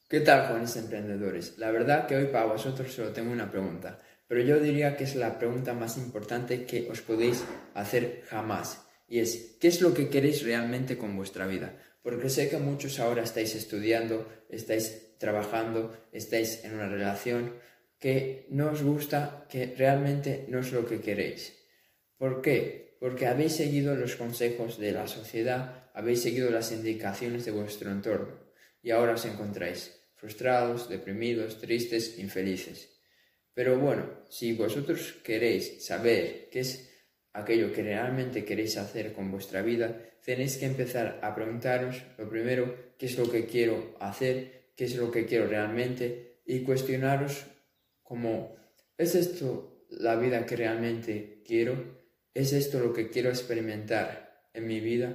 ¿Qué tal, jóvenes emprendedores? La verdad que hoy para vosotros solo tengo una pregunta, pero yo diría que es la pregunta más importante que os podéis hacer jamás, y es, ¿qué es lo que queréis realmente con vuestra vida? Porque sé que muchos ahora estáis estudiando, estáis trabajando, estáis en una relación que no os gusta, que realmente no es lo que queréis. ¿Por qué? Porque habéis seguido los consejos de la sociedad, habéis seguido las indicaciones de vuestro entorno y ahora os encontráis frustrados, deprimidos, tristes, infelices. Pero bueno, si vosotros queréis saber qué es aquello que realmente queréis hacer con vuestra vida, tenéis que empezar a preguntaros lo primero, qué es lo que quiero hacer, qué es lo que quiero realmente y cuestionaros como, ¿es esto la vida que realmente quiero? ¿Es esto lo que quiero experimentar en mi vida?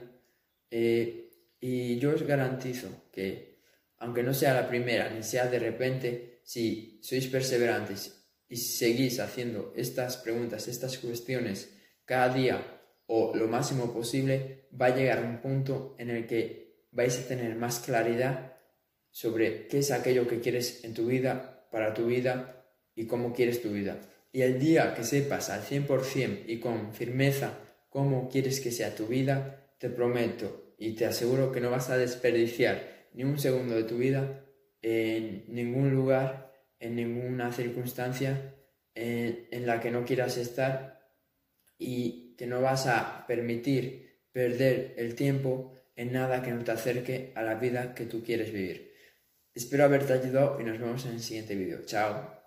Y yo os garantizo que, aunque no sea la primera ni sea de repente, si sois perseverantes y seguís haciendo estas preguntas, estas cuestiones cada día o lo máximo posible, va a llegar un punto en el que vais a tener más claridad sobre qué es aquello que quieres en tu vida, para tu vida y cómo quieres tu vida. Y el día que sepas al 100% y con firmeza cómo quieres que sea tu vida, te prometo y te aseguro que no vas a desperdiciar ni un segundo de tu vida en ningún lugar, en ninguna circunstancia en la que no quieras estar y que no vas a permitir perder el tiempo en nada que no te acerque a la vida que tú quieres vivir. Espero haberte ayudado y nos vemos en el siguiente vídeo. Chao.